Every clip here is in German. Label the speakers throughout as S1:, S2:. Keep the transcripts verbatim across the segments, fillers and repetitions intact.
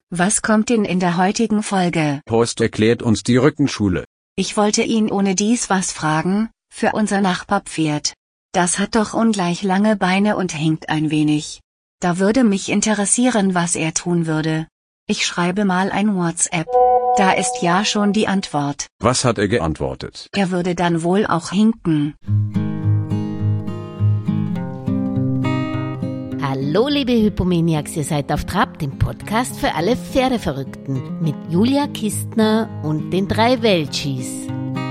S1: Was kommt denn in der heutigen Folge?
S2: Horst erklärt uns die Rückenschule.
S1: Ich wollte ihn ohne dies was fragen, für unser Nachbarpferd. Das hat doch ungleich lange Beine und hinkt ein wenig. Da würde mich interessieren, was er tun würde. Ich schreibe mal ein WhatsApp. Da ist ja schon die Antwort.
S2: Was hat er geantwortet?
S1: Er würde dann wohl auch hinken.
S3: Hallo liebe Hypomaniacs, ihr seid auf Trab, dem Podcast für alle Pferdeverrückten mit Julia Kistner und den drei Welchis.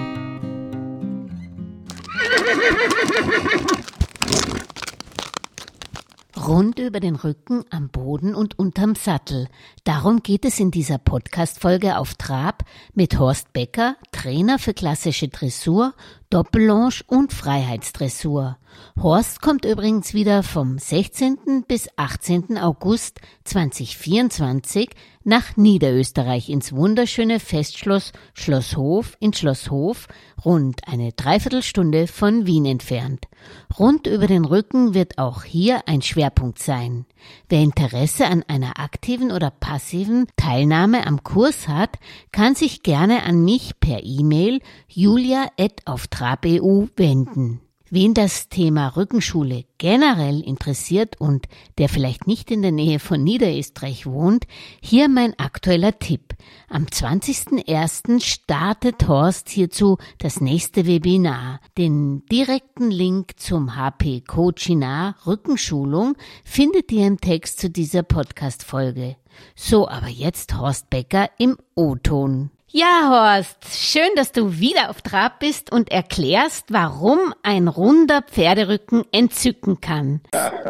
S3: Rund über den Rücken, am Boden und unterm Sattel. Darum geht es in dieser Podcast-Folge auf Trab mit Horst Becker, Trainer für klassische Dressur, Doppellonge und Freiheitsdressur. Horst kommt übrigens wieder vom sechzehnten bis achtzehnten August zweitausendvierundzwanzig nach Niederösterreich ins wunderschöne Festschloss Schlosshof in Schlosshof, rund eine Dreiviertelstunde von Wien entfernt. Rund über den Rücken wird auch hier ein Schwerpunkt sein. Wer Interesse an einer aktiven oder passiven Teilnahme am Kurs hat, kann sich gerne an mich per E-Mail julia at auf trab punkt e u wenden. Wen das Thema Rückenschule generell interessiert und der vielleicht nicht in der Nähe von Niederösterreich wohnt, hier mein aktueller Tipp. Am zwanzigsten ersten startet Horst hierzu das nächste Webinar. Den direkten Link zum H P Coachinar Rückenschulung findet ihr im Text zu dieser Podcast-Folge. So, aber jetzt Horst Becker im O-Ton. Ja, Horst, schön, dass du wieder auf Trab bist und erklärst, warum ein runder Pferderücken entzücken kann.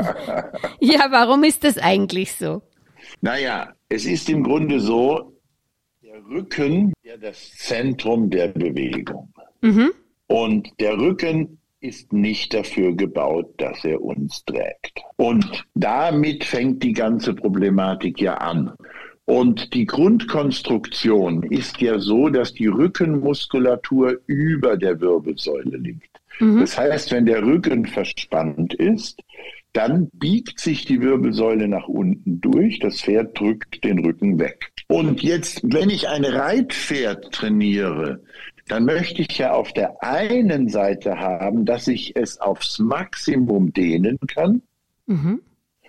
S3: Ja, warum ist das eigentlich so?
S4: Naja, es ist im Grunde so, der Rücken ist ja das Zentrum der Bewegung. Mhm. Und der Rücken ist nicht dafür gebaut, dass er uns trägt. Und damit fängt die ganze Problematik ja an. Und die Grundkonstruktion ist ja so, dass die Rückenmuskulatur über der Wirbelsäule liegt. Mhm. Das heißt, wenn der Rücken verspannt ist, dann biegt sich die Wirbelsäule nach unten durch, das Pferd drückt den Rücken weg. Und jetzt, wenn ich ein Reitpferd trainiere, dann möchte ich ja auf der einen Seite haben, dass ich es aufs Maximum dehnen kann. Mhm.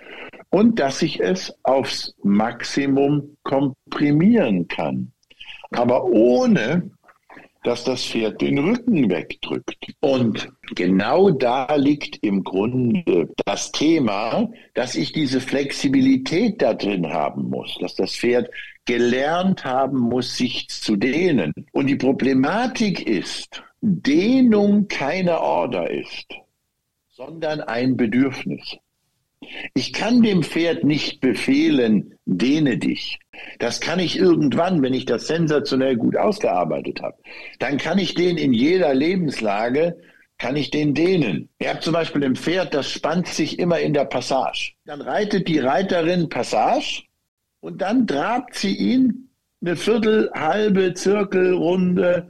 S4: Und dass ich es aufs Maximum komprimieren kann. Aber ohne, dass das Pferd den Rücken wegdrückt. Und genau da liegt im Grunde das Thema, dass ich diese Flexibilität da drin haben muss, dass das Pferd gelernt haben muss, sich zu dehnen. Und die Problematik ist, Dehnung keine Order ist, sondern ein Bedürfnis. Ich kann dem Pferd nicht befehlen, dehne dich. Das kann ich irgendwann, wenn ich das sensationell gut ausgearbeitet habe. Dann kann ich den in jeder Lebenslage, kann ich den dehnen. Ihr habt zum Beispiel ein Pferd, das spannt sich immer in der Passage. Dann reitet die Reiterin Passage und dann trabt sie ihn eine Viertel, halbe Zirkelrunde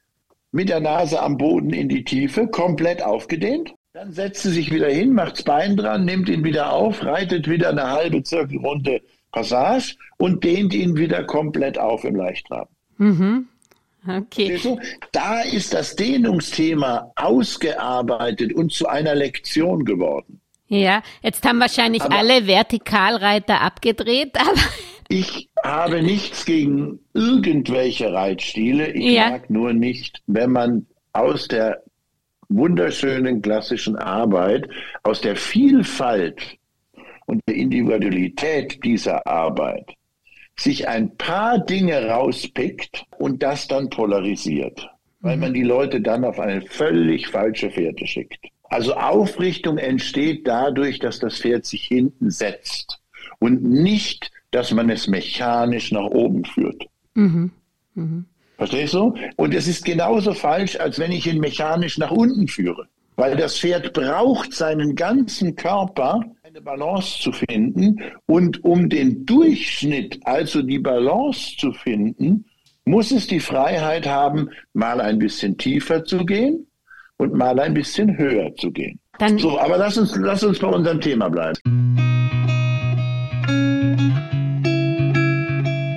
S4: mit der Nase am Boden in die Tiefe, komplett aufgedehnt. Dann setzt sie sich wieder hin, macht das Bein dran, nimmt ihn wieder auf, reitet wieder eine halbe Zirkelrunde Passage und dehnt ihn wieder komplett auf im Leichttrab.
S3: Mhm. Okay.
S4: Da ist das Dehnungsthema ausgearbeitet und zu einer Lektion geworden.
S3: Ja, jetzt haben wahrscheinlich aber alle Vertikalreiter abgedreht, aber...
S4: Ich habe nichts gegen irgendwelche Reitstile. Ich ja. mag nur nicht, wenn man aus der wunderschönen klassischen Arbeit, aus der Vielfalt und der Individualität dieser Arbeit sich ein paar Dinge rauspickt und das dann polarisiert, weil man die Leute dann auf eine völlig falsche Fährte schickt. Also Aufrichtung entsteht dadurch, dass das Pferd sich hinten setzt und nicht, dass man es mechanisch nach oben führt. Mhm. Mhm. Verstehst du? Und es ist genauso falsch, als wenn ich ihn mechanisch nach unten führe. Weil das Pferd braucht seinen ganzen Körper, eine Balance zu finden. Und um den Durchschnitt, also die Balance zu finden, muss es die Freiheit haben, mal ein bisschen tiefer zu gehen und mal ein bisschen höher zu gehen. Dann so, aber lass uns, lass uns bei unserem Thema bleiben.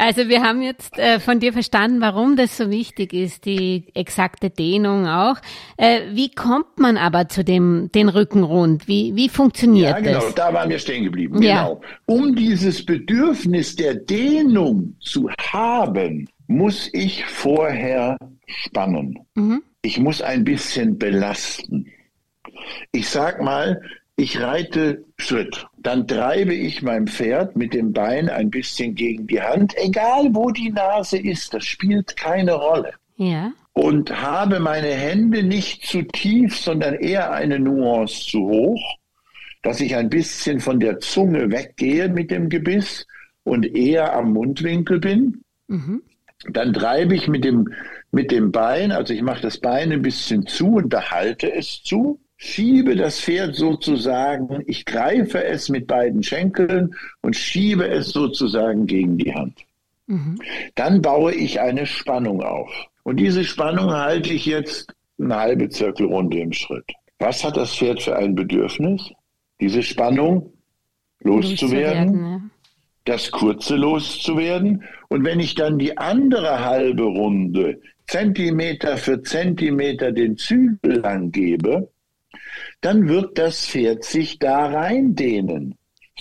S3: also wir haben jetzt äh, von dir verstanden, warum das so wichtig ist, die exakte Dehnung auch. Äh, wie kommt man aber zu dem den Rücken rund? Wie, wie funktioniert das?
S4: Ja, genau,
S3: das?
S4: da waren wir stehen geblieben.
S3: Ja.
S4: Genau. Um dieses Bedürfnis der Dehnung zu haben, muss ich vorher spannen. Mhm. Ich muss ein bisschen belasten. Ich sag mal, ich reite Schritt. Dann treibe ich mein Pferd mit dem Bein ein bisschen gegen die Hand, egal wo die Nase ist, das spielt keine Rolle.
S3: Ja.
S4: Und habe meine Hände nicht zu tief, sondern eher eine Nuance zu hoch, dass ich ein bisschen von der Zunge weggehe mit dem Gebiss und eher am Mundwinkel bin. Mhm. Dann treibe ich mit dem, mit dem Bein, also ich mache das Bein ein bisschen zu und behalte es zu. Schiebe das Pferd sozusagen, ich greife es mit beiden Schenkeln und schiebe es sozusagen gegen die Hand. Mhm. Dann baue ich eine Spannung auf. Und diese Spannung halte ich jetzt eine halbe Zirkelrunde im Schritt. Was hat das Pferd für ein Bedürfnis? Diese Spannung loszuwerden, loszuwerden ja. Das kurze loszuwerden. Und wenn ich dann die andere halbe Runde Zentimeter für Zentimeter den Zügel lang gebe, dann wird das Pferd sich da reindehnen,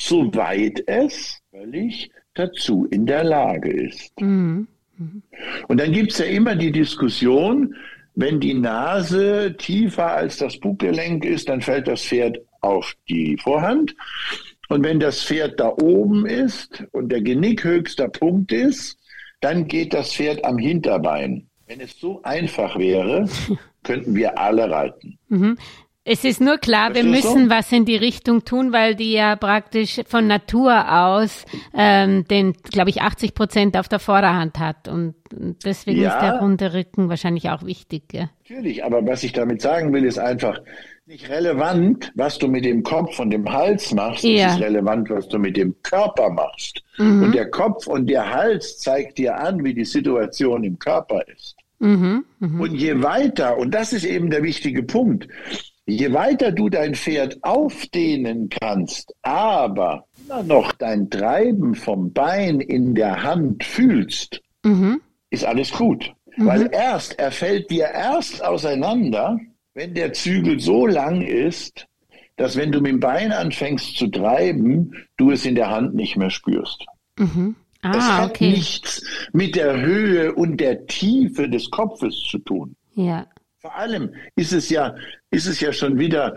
S4: soweit es völlig dazu in der Lage ist. Mhm. Mhm. Und dann gibt es ja immer die Diskussion, wenn die Nase tiefer als das Buggelenk ist, dann fällt das Pferd auf die Vorhand. Und wenn das Pferd da oben ist und der Genick höchster Punkt ist, dann geht das Pferd am Hinterbein. Wenn es so einfach wäre, könnten wir alle reiten.
S3: Mhm. Es ist nur klar, wir müssen so? was in die Richtung tun, weil die ja praktisch von Natur aus ähm, den, glaube ich, achtzig Prozent auf der Vorderhand hat. Und deswegen ja, ist der runde Rücken wahrscheinlich auch wichtig. Ja.
S4: Natürlich, aber was ich damit sagen will, ist einfach nicht relevant, was du mit dem Kopf und dem Hals machst. Ja. Es ist relevant, was du mit dem Körper machst. Mhm. Und der Kopf und der Hals zeigt dir an, wie die Situation im Körper ist. Mhm. Mhm. Und je weiter, und das ist eben der wichtige Punkt, je weiter du dein Pferd aufdehnen kannst, aber immer noch dein Treiben vom Bein in der Hand fühlst, mhm. ist alles gut. Mhm. Weil erst, er fällt dir erst auseinander, wenn der Zügel so lang ist, dass wenn du mit dem Bein anfängst zu treiben, du es in der Hand nicht mehr spürst. Mhm. Ah, das hat okay. nichts mit der Höhe und der Tiefe des Kopfes zu tun.
S3: Ja.
S4: Vor allem ist es ja, ist es ja schon wieder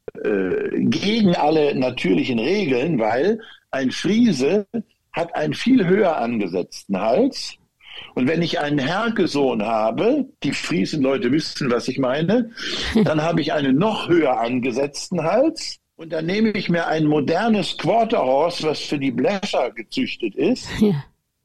S4: äh, gegen alle natürlichen Regeln, weil ein Friese hat einen viel höher angesetzten Hals. Und wenn ich einen Herkesohn habe, die Friesenleute wissen, was ich meine, dann habe ich einen noch höher angesetzten Hals. Und dann nehme ich mir ein modernes Quarterhorse, was für die Bläscher gezüchtet ist. Ja.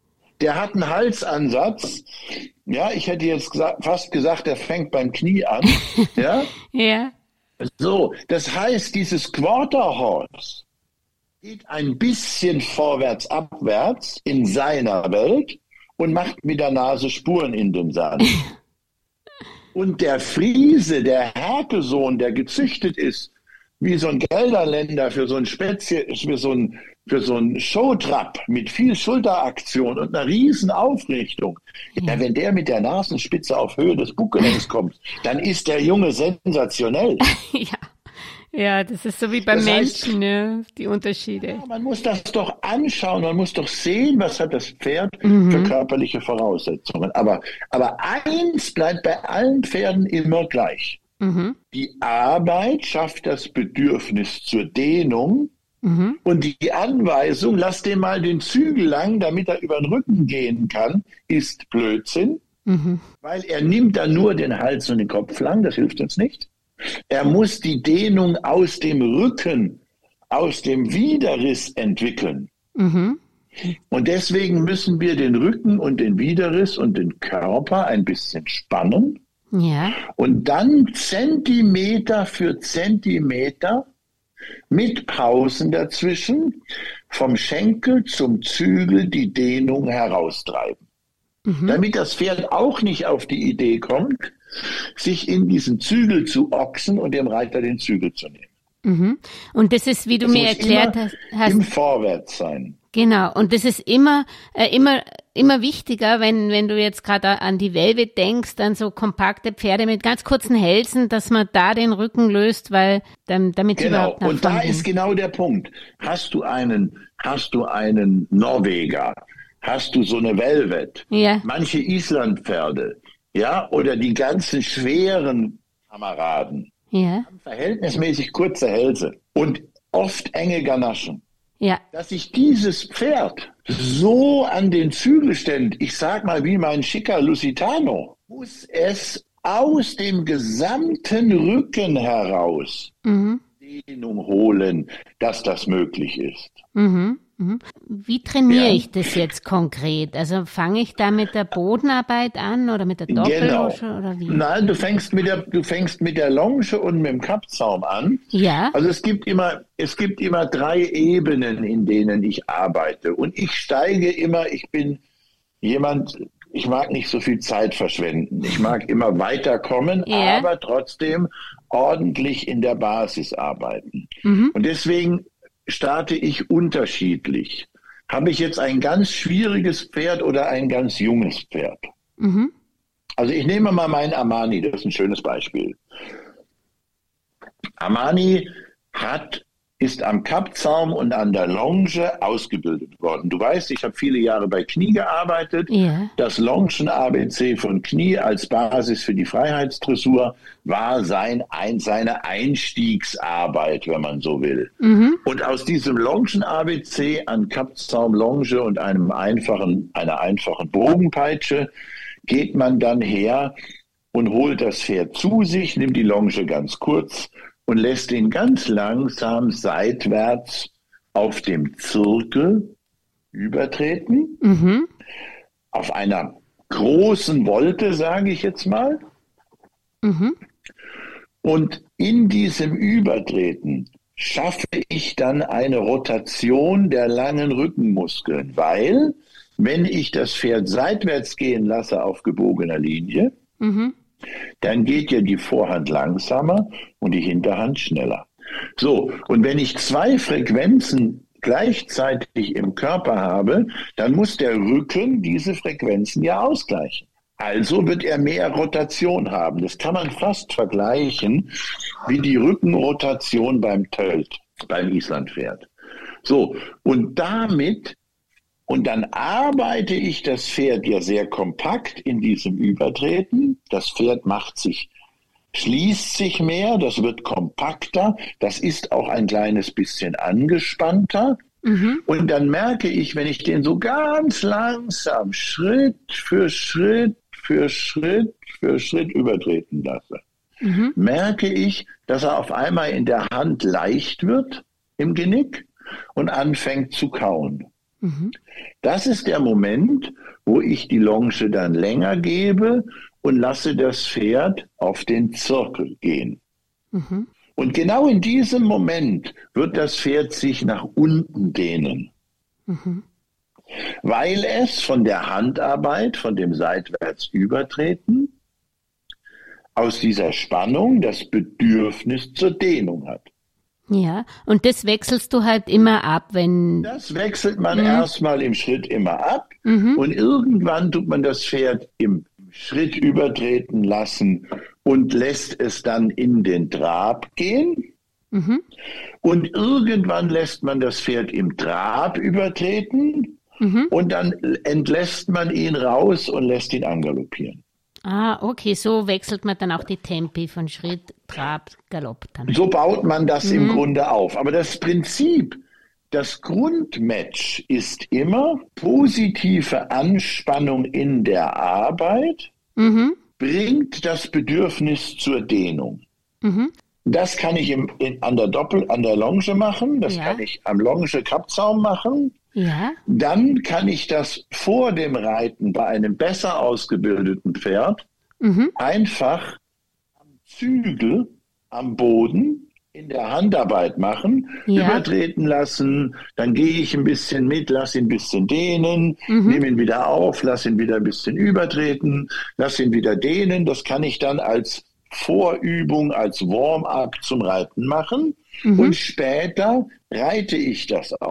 S4: Der hat einen Halsansatz. Ja, ich hätte jetzt gesa- fast gesagt, der fängt beim Knie an. Ja.
S3: Ja.
S4: So, das heißt, dieses Quarterhorse geht ein bisschen vorwärts, abwärts in seiner Welt und macht mit der Nase Spuren in den Sand. Und der Friese, der Herkesohn, der gezüchtet ist, wie so ein Gelderländer für so ein Spezie, für so ein, für so ein Showtrap mit viel Schulteraktion und einer riesen Aufrichtung. Ja, wenn der mit der Nasenspitze auf Höhe des Buggelenks kommt, dann ist der Junge sensationell.
S3: Ja. Ja, das ist so wie beim das Menschen, heißt, ne? Die Unterschiede.
S4: Ja, man muss das doch anschauen, man muss doch sehen, was hat das Pferd mhm. für körperliche Voraussetzungen. Aber, aber eins bleibt bei allen Pferden immer gleich. Mhm. Die Arbeit schafft das Bedürfnis zur Dehnung mhm. und die Anweisung, lass dem mal den Zügel lang, damit er über den Rücken gehen kann, ist Blödsinn, mhm. weil er nimmt dann nur den Hals und den Kopf lang, das hilft uns nicht. Er muss die Dehnung aus dem Rücken, aus dem Widerriss entwickeln. Mhm. Und deswegen müssen wir den Rücken und den Widerriss und den Körper ein bisschen spannen.
S3: Ja.
S4: Und dann Zentimeter für Zentimeter mit Pausen dazwischen vom Schenkel zum Zügel die Dehnung heraustreiben. Mhm. Damit das Pferd auch nicht auf die Idee kommt, sich in diesen Zügel zu ochsen und dem Reiter den Zügel zu nehmen.
S3: Mhm. Und das ist, wie du
S4: das
S3: mir erklärt hast.
S4: Im Vorwärtssein.
S3: Genau, und das ist immer, äh, immer, immer wichtiger, wenn, wenn du jetzt gerade an die Velvet denkst, an so kompakte Pferde mit ganz kurzen Hälsen, dass man da den Rücken löst, weil, dann, damit sie
S4: Genau,
S3: überhaupt nach
S4: und da
S3: vorne
S4: ist
S3: gehen.
S4: genau der Punkt. Hast du einen, hast du einen Norweger, hast du so eine Velvet,
S3: Ja.
S4: manche Islandpferde, ja, oder die ganzen schweren Kameraden,
S3: Ja,
S4: haben verhältnismäßig kurze Hälse und oft enge Ganaschen.
S3: ja,
S4: Dass sich dieses Pferd so an den Zügel stellt, ich sag mal wie mein schicker Lusitano, muss es aus dem gesamten Rücken heraus
S3: mhm.
S4: Dehnung holen, dass das möglich ist.
S3: Mhm. Mhm. Wie trainiere
S4: Ja.
S3: ich das jetzt konkret? Also fange ich da mit der Bodenarbeit an oder mit der Doppellonge
S4: Genau.
S3: oder wie?
S4: Nein, du fängst mit der, du fängst mit der Longe und mit dem Kappzaum an.
S3: Ja,
S4: Also es gibt immer, es gibt immer drei Ebenen, in denen ich arbeite. Und ich steige immer, ich bin jemand, ich mag nicht so viel Zeit verschwenden. Ich mag immer weiterkommen,
S3: Ja.
S4: aber trotzdem ordentlich in der Basis arbeiten.
S3: mhm.
S4: Und deswegen starte ich unterschiedlich. Habe ich jetzt ein ganz schwieriges Pferd oder ein ganz junges Pferd?
S3: Mhm.
S4: Also ich nehme mal meinen Amani, das ist ein schönes Beispiel. Amani hat, ist am Kappzaum und an der Longe ausgebildet worden. Du weißt, ich habe viele Jahre bei Knie gearbeitet.
S3: Ja.
S4: Das Longen-A B C von Knie als Basis für die Freiheitsdressur war sein, ein, seine Einstiegsarbeit, wenn man so will.
S3: Mhm.
S4: Und aus diesem Longen-A B C an Kappzaum, Longe und einem einfachen, einer einfachen Bogenpeitsche geht man dann her und holt das Pferd zu sich, nimmt die Longe ganz kurz und lässt ihn ganz langsam seitwärts auf dem Zirkel übertreten,
S3: Mhm.
S4: auf einer großen Wolte, sage ich jetzt mal.
S3: Mhm.
S4: Und in diesem Übertreten schaffe ich dann eine Rotation der langen Rückenmuskeln, weil wenn ich das Pferd seitwärts gehen lasse auf gebogener Linie,
S3: Mhm.
S4: dann geht ja die Vorhand langsamer und die Hinterhand schneller. So, und wenn ich zwei Frequenzen gleichzeitig im Körper habe, dann muss der Rücken diese Frequenzen ja ausgleichen. Also wird er mehr Rotation haben. Das kann man fast vergleichen wie die Rückenrotation beim Tölt, beim Islandpferd. So, und damit, und dann arbeite ich das Pferd ja sehr kompakt in diesem Übertreten. Das Pferd macht sich, schließt sich mehr, das wird kompakter, das ist auch ein kleines bisschen angespannter.
S3: Mhm.
S4: Und dann merke ich, wenn ich den so ganz langsam Schritt für Schritt für Schritt für Schritt übertreten lasse,
S3: Mhm.
S4: merke ich, dass er auf einmal in der Hand leicht wird im Genick und anfängt zu kauen.
S3: Mhm.
S4: Das ist der Moment, wo ich die Longe dann länger gebe und lasse das Pferd auf den Zirkel gehen.
S3: Mhm.
S4: Und genau in diesem Moment wird das Pferd sich nach unten dehnen,
S3: Mhm.
S4: weil es von der Handarbeit, von dem Seitwärtsübertreten, aus dieser Spannung das Bedürfnis zur Dehnung hat.
S3: Ja, und das wechselst du halt immer ab, wenn...
S4: Das wechselt man
S3: Mhm.
S4: erstmal im Schritt immer ab
S3: Mhm.
S4: und irgendwann tut man das Pferd im Schritt übertreten lassen und lässt es dann in den Trab gehen.
S3: Mhm.
S4: Und irgendwann lässt man das Pferd im Trab übertreten
S3: Mhm.
S4: und dann entlässt man ihn raus und lässt ihn angaloppieren.
S3: Ah, okay, so wechselt man dann auch die Tempi von Schritt, Trab, Galopp dann.
S4: So baut man das im
S3: Mhm.
S4: Grunde auf. Aber das Prinzip, das Grundmatch ist immer positive Anspannung in der Arbeit,
S3: Mhm.
S4: bringt das Bedürfnis zur Dehnung.
S3: Mhm.
S4: Das kann ich im, in, an der Doppel, an der Longe machen, das
S3: Ja.
S4: kann ich am Longe-Kappzaum machen.
S3: Ja.
S4: Dann kann ich das vor dem Reiten bei einem besser ausgebildeten Pferd
S3: Mhm.
S4: einfach am Zügel, am Boden, in der Handarbeit machen,
S3: Ja.
S4: übertreten lassen, dann gehe ich ein bisschen mit, lass ihn ein bisschen dehnen,
S3: Mhm.
S4: nehme ihn wieder auf, lass ihn wieder ein bisschen übertreten, lass ihn wieder dehnen. Das kann ich dann als Vorübung, als Warm-up zum Reiten machen.
S3: Mhm.
S4: Und später reite ich das auch.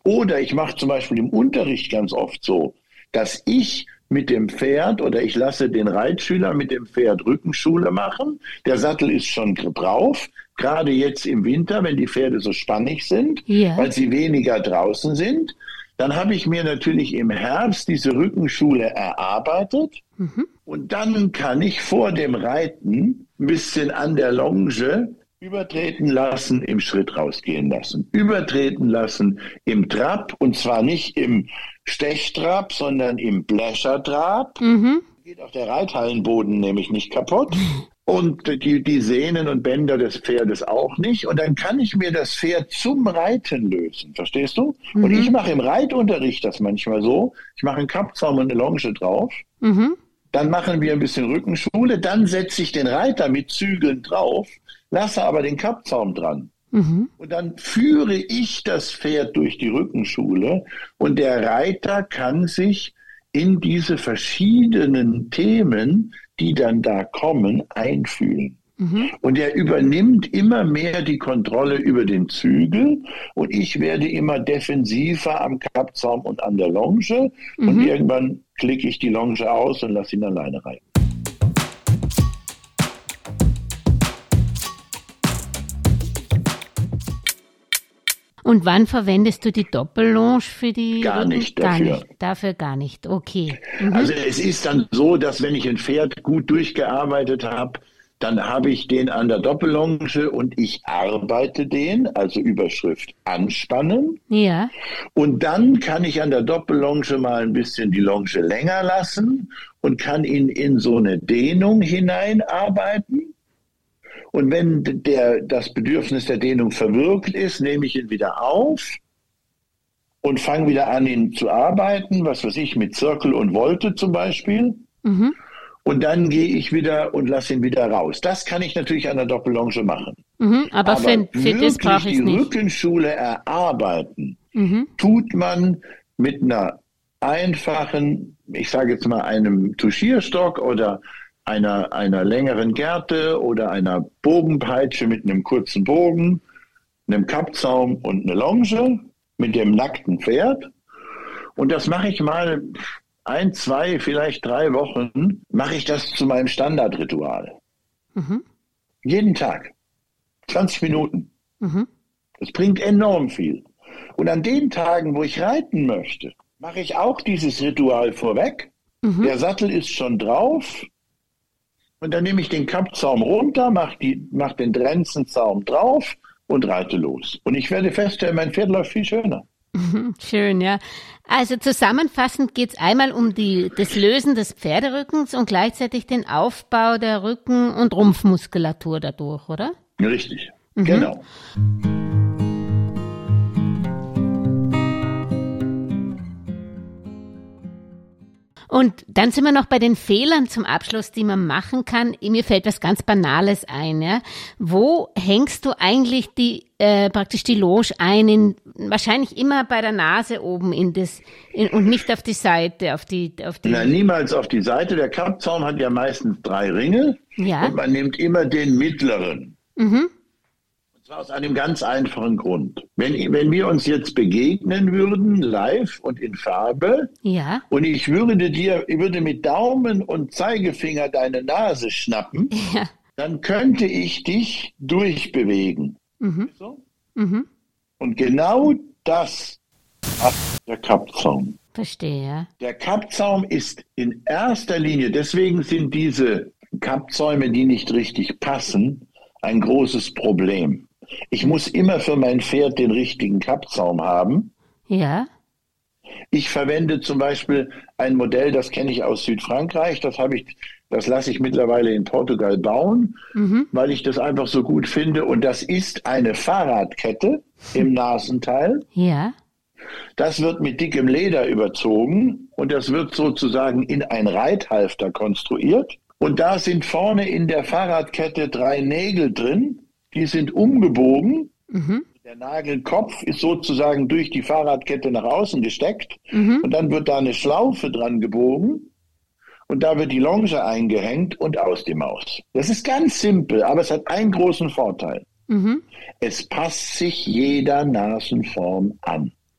S4: Oder ich mache zum Beispiel im Unterricht ganz oft so, dass ich mit dem Pferd oder ich lasse den Reitschüler mit dem Pferd Rückenschule machen. Der Sattel ist schon drauf, gerade jetzt im Winter, wenn die Pferde so spannig sind, ja. weil sie weniger draußen sind. Dann habe ich mir natürlich im Herbst diese Rückenschule erarbeitet. Mhm. Und dann kann ich vor dem Reiten ein bisschen an der Longe übertreten lassen, im Schritt rausgehen lassen. Übertreten lassen im Trab, und zwar nicht im Stechtrab, sondern im Bläschertrab. Mhm. Geht auch der Reithallenboden nämlich nicht kaputt. Und die, die Sehnen und Bänder des Pferdes auch nicht. Und dann kann ich mir das Pferd zum Reiten lösen, verstehst du? Mhm. Und ich mache im Reitunterricht das manchmal so. Ich mache einen Kappzaum und eine Longe drauf. Mhm. Dann machen wir ein bisschen Rückenschule. Dann setze ich den Reiter mit Zügeln drauf, lasse aber den Kappzaum dran. Mhm. Und dann führe ich das Pferd durch die Rückenschule und der Reiter kann sich in diese verschiedenen Themen, die dann da kommen, einfühlen. Mhm. Und er übernimmt immer mehr die Kontrolle über den Zügel und ich werde immer defensiver am Kappzaum und an der Longe mhm. und irgendwann klicke ich die Longe aus und lasse ihn alleine reiten.
S3: Und wann verwendest du die Doppellonge für die
S4: Gar
S3: Rücken?
S4: nicht dafür.
S3: Gar nicht, dafür gar nicht, okay. Mhm.
S4: Also es ist dann so, dass wenn ich ein Pferd gut durchgearbeitet habe, dann habe ich den an der Doppellonge und ich arbeite den, also Überschrift anspannen.
S3: Ja.
S4: Und dann kann ich an der Doppellonge mal ein bisschen die Longe länger lassen und kann ihn in so eine Dehnung hineinarbeiten. Und wenn der, das Bedürfnis der Dehnung verwirkt ist, nehme ich ihn wieder auf und fange wieder an, ihn zu arbeiten, was weiß ich, mit Zirkel und Volte zum Beispiel. Mhm. Und dann gehe ich wieder und lasse ihn wieder raus. Das kann ich natürlich an der Doppellonge machen.
S3: Mhm, aber, aber für, für das brauche ich
S4: die
S3: nicht.
S4: Rückenschule erarbeiten, mhm. tut man mit einer einfachen, ich sage jetzt mal einem Tuschierstock oder einer, einer längeren Gerte oder einer Bogenpeitsche mit einem kurzen Bogen, einem Kappzaum und einer Longe mit dem nackten Pferd. Und das mache ich mal ein, zwei, vielleicht drei Wochen, mache ich das zu meinem Standardritual. Mhm. Jeden Tag. zwanzig Minuten. Mhm. Das bringt enorm viel. Und an den Tagen, wo ich reiten möchte, mache ich auch dieses Ritual vorweg. Mhm. Der Sattel ist schon drauf. Und dann nehme ich den Kappzaum runter, mache mach den Drenzenzaum drauf und reite los. Und ich werde feststellen, mein Pferd läuft viel schöner.
S3: Schön, ja. Also zusammenfassend geht es einmal um die, das Lösen des Pferderückens und gleichzeitig den Aufbau der Rücken- und Rumpfmuskulatur dadurch, oder?
S4: Richtig, mhm. genau.
S3: Und dann sind wir noch bei den Fehlern zum Abschluss, die man machen kann. Mir fällt was ganz Banales ein. Ja? Wo hängst du eigentlich die äh, praktisch die Longe ein? In, wahrscheinlich immer bei der Nase oben in das in, und nicht auf die Seite, auf die auf die.
S4: Nein, niemals auf die Seite. Der Kappzaum hat ja meistens drei Ringe. Ja. Und man nimmt immer den mittleren. Mhm. Und zwar aus einem ganz einfachen Grund. Wenn, wenn wir uns jetzt begegnen würden, live und in Farbe,
S3: ja.
S4: und ich würde dir, ich würde mit Daumen und Zeigefinger deine Nase schnappen, ja. dann könnte ich dich durchbewegen. Mhm. So? Mhm. Und genau das hat der Kappzaum.
S3: Verstehe.
S4: Der Kappzaum ist in erster Linie, deswegen sind diese Kappzäume, die nicht richtig passen, ein großes Problem. Ich muss immer für mein Pferd den richtigen Kappzaum haben.
S3: Ja.
S4: Ich verwende zum Beispiel ein Modell, das kenne ich aus Südfrankreich, das habe ich, das lasse ich mittlerweile in Portugal bauen, mhm. weil ich das einfach so gut finde. Und das ist eine Fahrradkette im Nasenteil.
S3: Ja.
S4: Das wird mit dickem Leder überzogen und das wird sozusagen in ein Reithalfter konstruiert. Und da sind vorne in der Fahrradkette drei Nägel drin. Die sind umgebogen. Mhm. Der Nagelkopf ist sozusagen durch die Fahrradkette nach außen gesteckt. Mhm. Und dann wird da eine Schlaufe dran gebogen. Und da wird die Longe eingehängt und aus dem Maus. Das ist ganz simpel, aber es hat einen großen Vorteil. Mhm. Es passt sich jeder Nasenform an.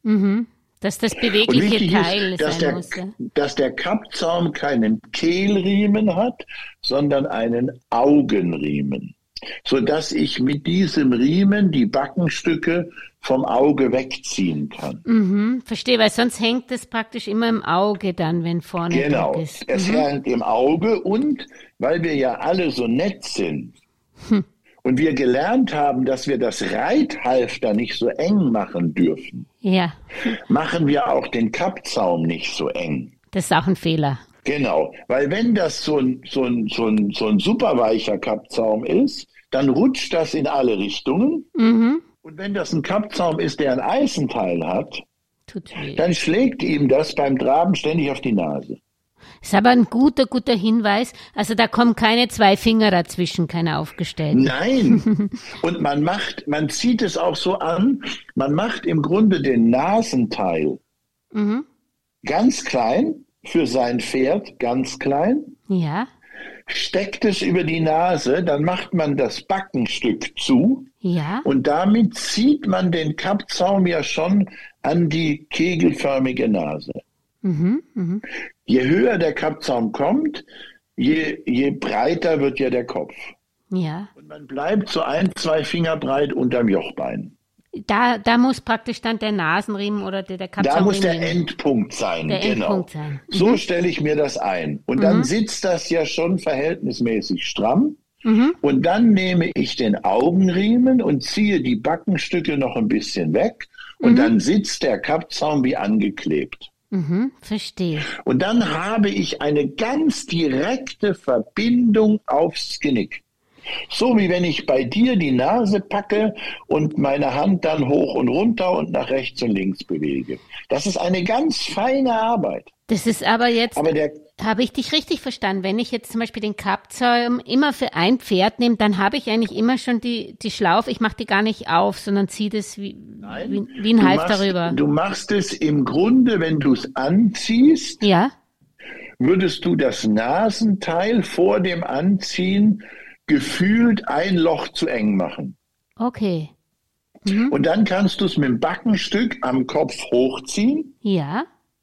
S3: Mhm. Dass das bewegliche Teil
S4: ist, dass
S3: sein
S4: der,
S3: muss. Ja.
S4: Dass der Kappzaum keinen Kehlriemen hat, sondern einen Augenriemen, sodass ich mit diesem Riemen die Backenstücke vom Auge wegziehen kann.
S3: Mhm, verstehe, weil sonst hängt es praktisch immer im Auge dann, wenn vorne
S4: genau,
S3: Druck ist.
S4: es
S3: mhm.
S4: hängt im Auge und weil wir ja alle so nett sind hm. und wir gelernt haben, dass wir das Reithalfter nicht so eng machen dürfen,
S3: ja.
S4: machen wir auch den Kappzaum nicht so eng.
S3: Das ist auch ein Fehler.
S4: Genau, weil wenn das so ein, so ein, so ein, so ein super weicher Kappzaum ist, dann rutscht das in alle Richtungen. Mhm. Und wenn das ein Kappzaum ist, der ein Eisenteil hat,
S3: Tut weh.
S4: Dann schlägt ihm das beim Traben ständig auf die Nase.
S3: Ist aber ein guter, guter Hinweis. Also da kommen keine zwei Finger dazwischen, keine aufgestellten.
S4: Nein. Und man macht, man zieht es auch so an, man macht im Grunde den Nasenteil mhm. ganz klein, für sein Pferd ganz klein.
S3: Ja.
S4: Steckt es über die Nase, dann macht man das Backenstück zu.
S3: Ja.
S4: Und damit zieht man den Kappzaum ja schon an die kegelförmige Nase. Mhm, mh. Je höher der Kappzaum kommt, je, je breiter wird ja der Kopf.
S3: Ja.
S4: Und man bleibt so ein, zwei Finger breit unterm Jochbein.
S3: Da, da muss praktisch dann der Nasenriemen oder der, der Kappzaum.
S4: Da muss der Endpunkt sein,
S3: der
S4: genau.
S3: Endpunkt sein. Mhm.
S4: So stelle ich mir das ein. Und mhm. dann sitzt das ja schon verhältnismäßig stramm. Mhm. Und dann nehme ich den Augenriemen und ziehe die Backenstücke noch ein bisschen weg. Und mhm. dann sitzt der Kappzaum wie angeklebt.
S3: Mhm, verstehe.
S4: Und dann habe ich eine ganz direkte Verbindung aufs Genick. So wie wenn ich bei dir die Nase packe und meine Hand dann hoch und runter und nach rechts und links bewege. Das ist eine ganz feine Arbeit.
S3: Das ist aber jetzt,
S4: aber der,
S3: habe ich dich richtig verstanden, wenn ich jetzt zum Beispiel den Kappzaum immer für ein Pferd nehme, dann habe ich eigentlich immer schon die, die Schlaufe, ich mache die gar nicht auf, sondern ziehe das wie,
S4: nein,
S3: wie, wie ein Half
S4: machst,
S3: darüber.
S4: Du machst es im Grunde, wenn du es anziehst,
S3: ja.
S4: würdest du das Nasenteil vor dem Anziehen gefühlt ein Loch zu eng machen.
S3: Okay. Mhm.
S4: Und dann kannst du es mit dem Backenstück am Kopf hochziehen.
S3: Ja.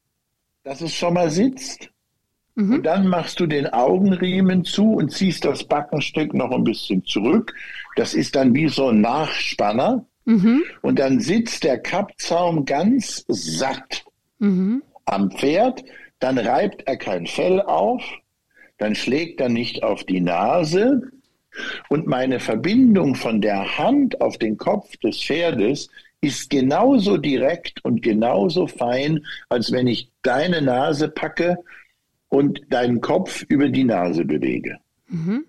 S4: Dass es schon mal sitzt. Mhm. Und dann machst du den Augenriemen zu und ziehst das Backenstück noch ein bisschen zurück. Das ist dann wie so ein Nachspanner. Mhm. Und dann sitzt der Kappzaum ganz satt mhm. am Pferd. Dann reibt er kein Fell auf. Dann schlägt er nicht auf die Nase. Und meine Verbindung von der Hand auf den Kopf des Pferdes ist genauso direkt und genauso fein, als wenn ich deine Nase packe und deinen Kopf über die Nase bewege. Mhm.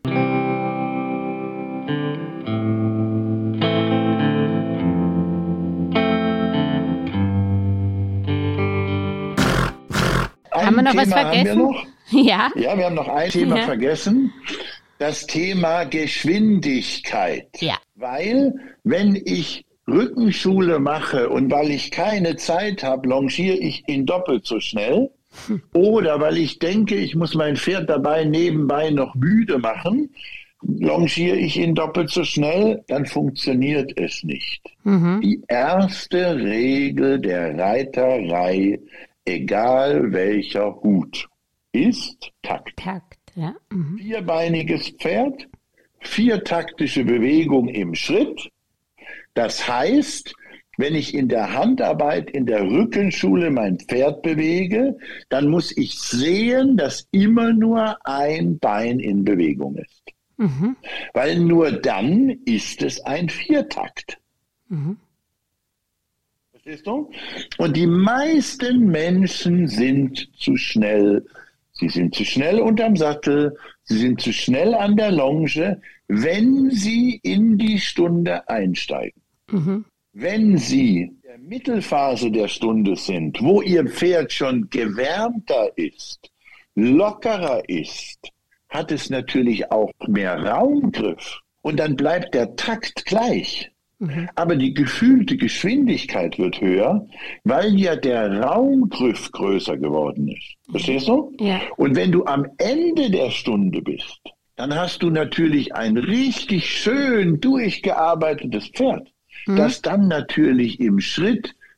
S3: Haben wir noch Thema was vergessen?
S4: Haben wir noch?
S3: Ja.
S4: Ja, wir haben noch ein Thema ja. vergessen. Das Thema Geschwindigkeit.
S3: Ja.
S4: Weil, wenn ich Rückenschule mache und weil ich keine Zeit habe, longiere ich ihn doppelt so schnell. Hm. Oder weil ich denke, ich muss mein Pferd dabei nebenbei noch müde machen, longiere ich ihn doppelt so schnell, dann funktioniert es nicht. Mhm. Die erste Regel der Reiterei, egal welcher Hut, ist Takt.
S3: Takt. Ja. Mhm.
S4: Vierbeiniges Pferd, vier taktische Bewegungen im Schritt. Das heißt, wenn ich in der Handarbeit, in der Rückenschule mein Pferd bewege, dann muss ich sehen, dass immer nur ein Bein in Bewegung ist. Mhm. Weil nur dann ist es ein Viertakt. Mhm. Verstehst du? Und die meisten Menschen sind zu schnell. Sie sind zu schnell unterm Sattel, sie sind zu schnell an der Longe, wenn sie in die Stunde einsteigen. Mhm. Wenn sie in der Mittelphase der Stunde sind, wo ihr Pferd schon gewärmter ist, lockerer ist, hat es natürlich auch mehr Raumgriff. Und dann bleibt der Takt gleich. Mhm. Aber die gefühlte Geschwindigkeit wird höher, weil ja der Raumgriff größer geworden ist. Verstehst du?
S3: Ja.
S4: Und wenn du am Ende der Stunde bist, dann hast du natürlich ein richtig schön durchgearbeitetes Pferd, mhm. das dann natürlich im Schritt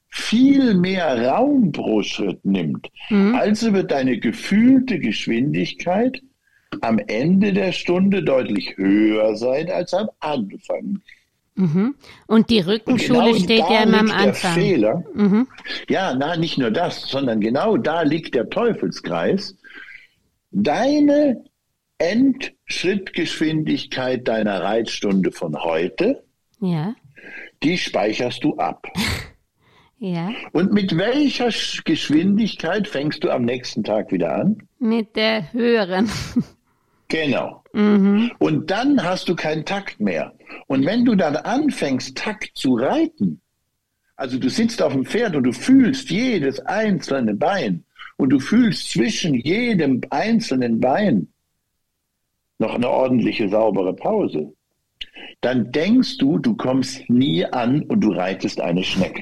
S4: viel mehr Raum pro Schritt nimmt. Mhm. Also wird deine gefühlte Geschwindigkeit am Ende der Stunde deutlich höher sein als am Anfang.
S3: Mhm. Und die Rückenschule und genau steht ja immer am Anfang.
S4: Der Fehler. Mhm. Ja, na, nicht nur das, sondern genau da liegt der Teufelskreis. Deine Endschrittgeschwindigkeit deiner Reitstunde von heute,
S3: ja,
S4: die speicherst du ab.
S3: Ja.
S4: Und mit welcher Geschwindigkeit fängst du am nächsten Tag wieder an?
S3: Mit der höheren.
S4: Genau.
S3: Mhm.
S4: Und dann hast du keinen Takt mehr. Und wenn du dann anfängst, Takt zu reiten, also du sitzt auf dem Pferd und du fühlst jedes einzelne Bein und du fühlst zwischen jedem einzelnen Bein noch eine ordentliche, saubere Pause, dann denkst du, du kommst nie an und du reitest eine Schnecke.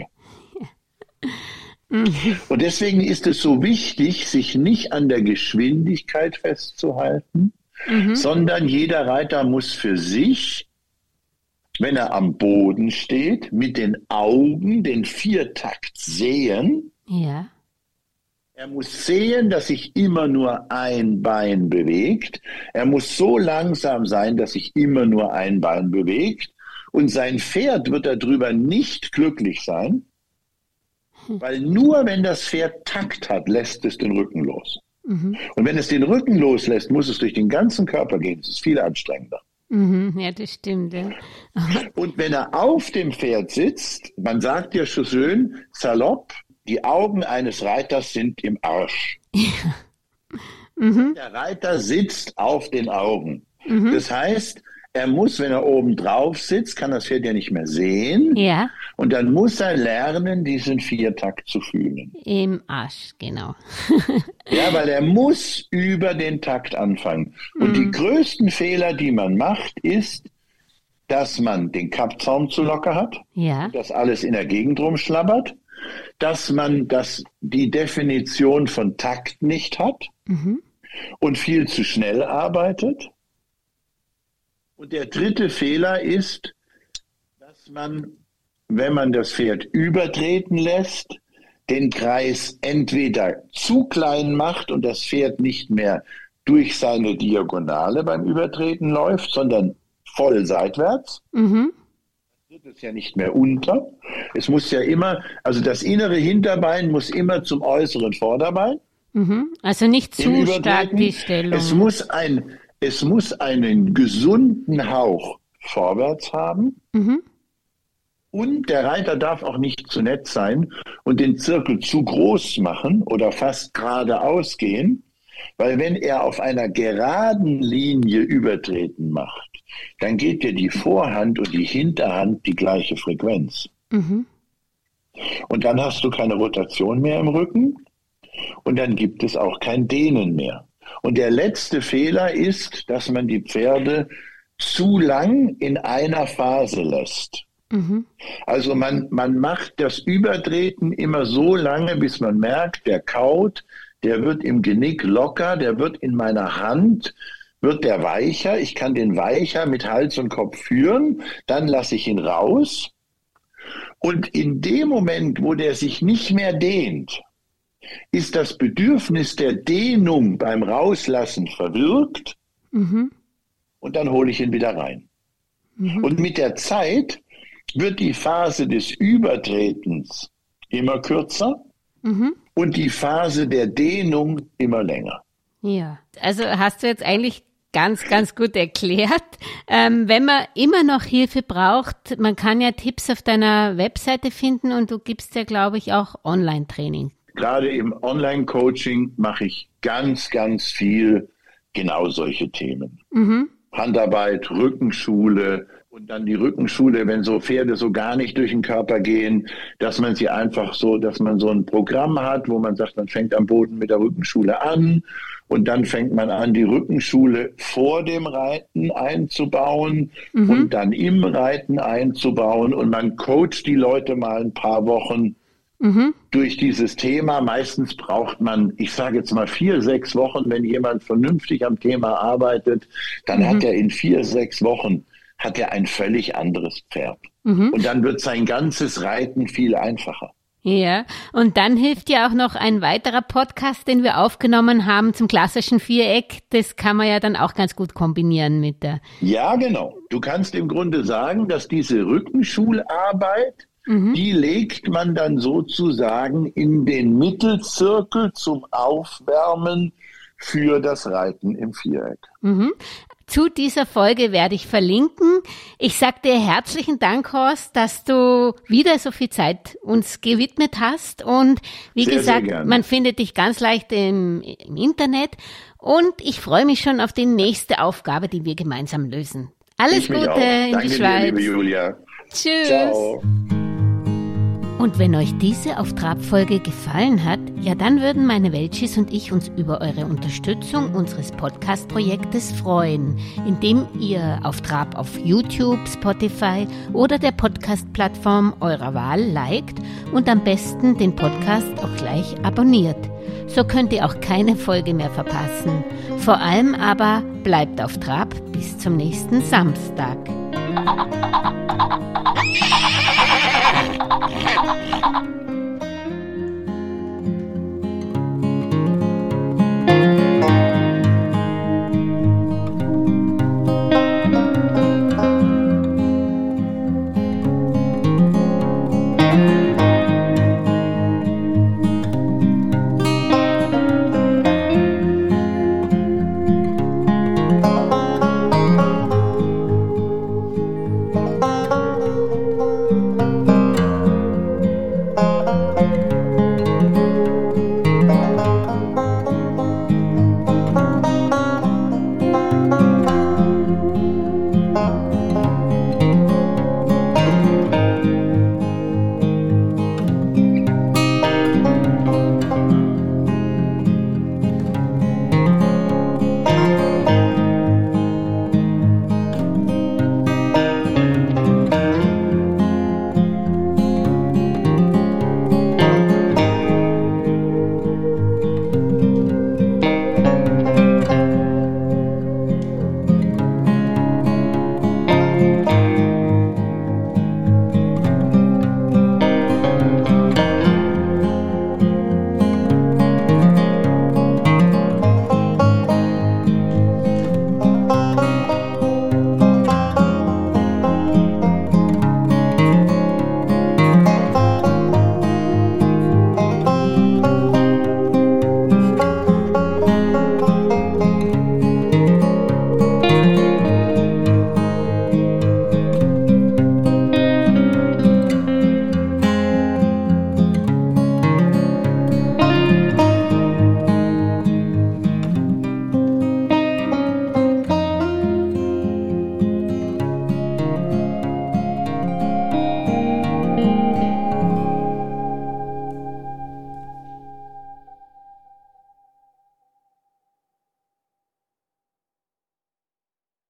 S4: Und deswegen ist es so wichtig, sich nicht an der Geschwindigkeit festzuhalten, mhm. sondern jeder Reiter muss für sich, wenn er am Boden steht, mit den Augen den Viertakt sehen.
S3: Ja.
S4: Er muss sehen, dass sich immer nur ein Bein bewegt. Er muss so langsam sein, dass sich immer nur ein Bein bewegt. Und sein Pferd wird darüber nicht glücklich sein, weil nur wenn das Pferd Takt hat, lässt es den Rücken los. Mhm. Und wenn es den Rücken loslässt, muss es durch den ganzen Körper gehen. Das ist viel anstrengender.
S3: Mhm, ja, das stimmt. Ja.
S4: Und wenn er auf dem Pferd sitzt, man sagt ja schon schön, salopp, die Augen eines Reiters sind im Arsch.
S3: Ja. Mhm.
S4: Der Reiter sitzt auf den Augen.
S3: Mhm.
S4: Das heißt, er muss, wenn er oben drauf sitzt, kann das Pferd ja nicht mehr sehen.
S3: Ja.
S4: Und dann muss er lernen, diesen Viertakt zu fühlen.
S3: Im Arsch, genau.
S4: Ja, weil er muss über den Takt anfangen. Und mm. die größten Fehler, die man macht, ist, dass man den Kappzaum zu locker hat,
S3: ja.
S4: dass alles in der Gegend rumschlabbert, dass man das, die Definition von Takt nicht hat
S3: mhm.
S4: und viel zu schnell arbeitet. Und der dritte Fehler ist, dass man, wenn man das Pferd übertreten lässt, den Kreis entweder zu klein macht und das Pferd nicht mehr durch seine Diagonale beim Übertreten läuft, sondern voll seitwärts.
S3: Mhm.
S4: Dann wird es ja nicht mehr unter. Es muss ja immer, also das innere Hinterbein muss immer zum äußeren Vorderbein.
S3: Mhm. Also nicht zu stark die Stellung.
S4: Es muss ein Es muss einen gesunden Hauch vorwärts haben
S3: mhm.
S4: und der Reiter darf auch nicht zu nett sein und den Zirkel zu groß machen oder fast geradeaus gehen, weil wenn er auf einer geraden Linie Übertreten macht, dann geht ja die Vorhand und die Hinterhand die gleiche Frequenz.
S3: Mhm.
S4: Und dann hast du keine Rotation mehr im Rücken und dann gibt es auch kein Dehnen mehr. Und der letzte Fehler ist, dass man die Pferde zu lang in einer Phase lässt.
S3: Mhm.
S4: Also man, man macht das Übertreten immer so lange, bis man merkt, der kaut, der wird im Genick locker, der wird in meiner Hand, wird der weicher, ich kann den weicher mit Hals und Kopf führen, dann lasse ich ihn raus. Und in dem Moment, wo der sich nicht mehr dehnt, ist das Bedürfnis der Dehnung beim Rauslassen verwirkt
S3: mhm.
S4: und dann hole ich ihn wieder rein.
S3: Mhm.
S4: Und mit der Zeit wird die Phase des Übertretens immer kürzer
S3: mhm.
S4: und die Phase der Dehnung immer länger.
S3: Ja, also hast du jetzt eigentlich ganz, ganz gut erklärt. Ähm, wenn man immer noch Hilfe braucht, man kann ja Tipps auf deiner Webseite finden und du gibst ja, glaube ich, auch Online-Training.
S4: Gerade im Online-Coaching mache ich ganz, ganz viel genau solche Themen.
S3: Mhm.
S4: Handarbeit, Rückenschule und dann die Rückenschule, wenn so Pferde so gar nicht durch den Körper gehen, dass man sie einfach so, dass man so ein Programm hat, wo man sagt, man fängt am Boden mit der Rückenschule an und dann fängt man an, die Rückenschule vor dem Reiten einzubauen
S3: mhm.
S4: und dann im Reiten einzubauen und man coacht die Leute mal ein paar Wochen
S3: Mhm.
S4: durch dieses Thema. Meistens braucht man, ich sage jetzt mal vier, sechs Wochen, wenn jemand vernünftig am Thema arbeitet, dann mhm. hat er in vier, sechs Wochen hat er ein völlig anderes Pferd.
S3: Mhm.
S4: Und dann wird sein ganzes Reiten viel einfacher.
S3: Ja, und dann hilft ja auch noch ein weiterer Podcast, den wir aufgenommen haben zum klassischen Viereck. Das kann man ja dann auch ganz gut kombinieren mit der...
S4: Ja, genau. Du kannst im Grunde sagen, dass diese Rückenschularbeit, mhm. die legt man dann sozusagen in den Mittelzirkel zum Aufwärmen für das Reiten im Viereck.
S3: Mhm. Zu dieser Folge werde ich verlinken. Ich sage dir herzlichen Dank, Horst, dass du wieder so viel Zeit uns gewidmet hast. Und wie sehr, gesagt, sehr man findet dich ganz leicht im, im Internet. Und ich freue mich schon auf die nächste Aufgabe, die wir gemeinsam lösen. Alles ich Gute in
S4: Danke
S3: die Schweiz.
S4: Dir, liebe Julia.
S3: Tschüss.
S4: Ciao.
S3: Und wenn euch diese Auf Trab-Folge gefallen hat, ja dann würden meine Welchis und ich uns über eure Unterstützung unseres Podcast-Projektes freuen, indem ihr Auf Trab auf YouTube, Spotify oder der Podcast-Plattform eurer Wahl liked und am besten den Podcast auch gleich abonniert. So könnt ihr auch keine Folge mehr verpassen. Vor allem aber bleibt auf Trab bis zum nächsten Samstag.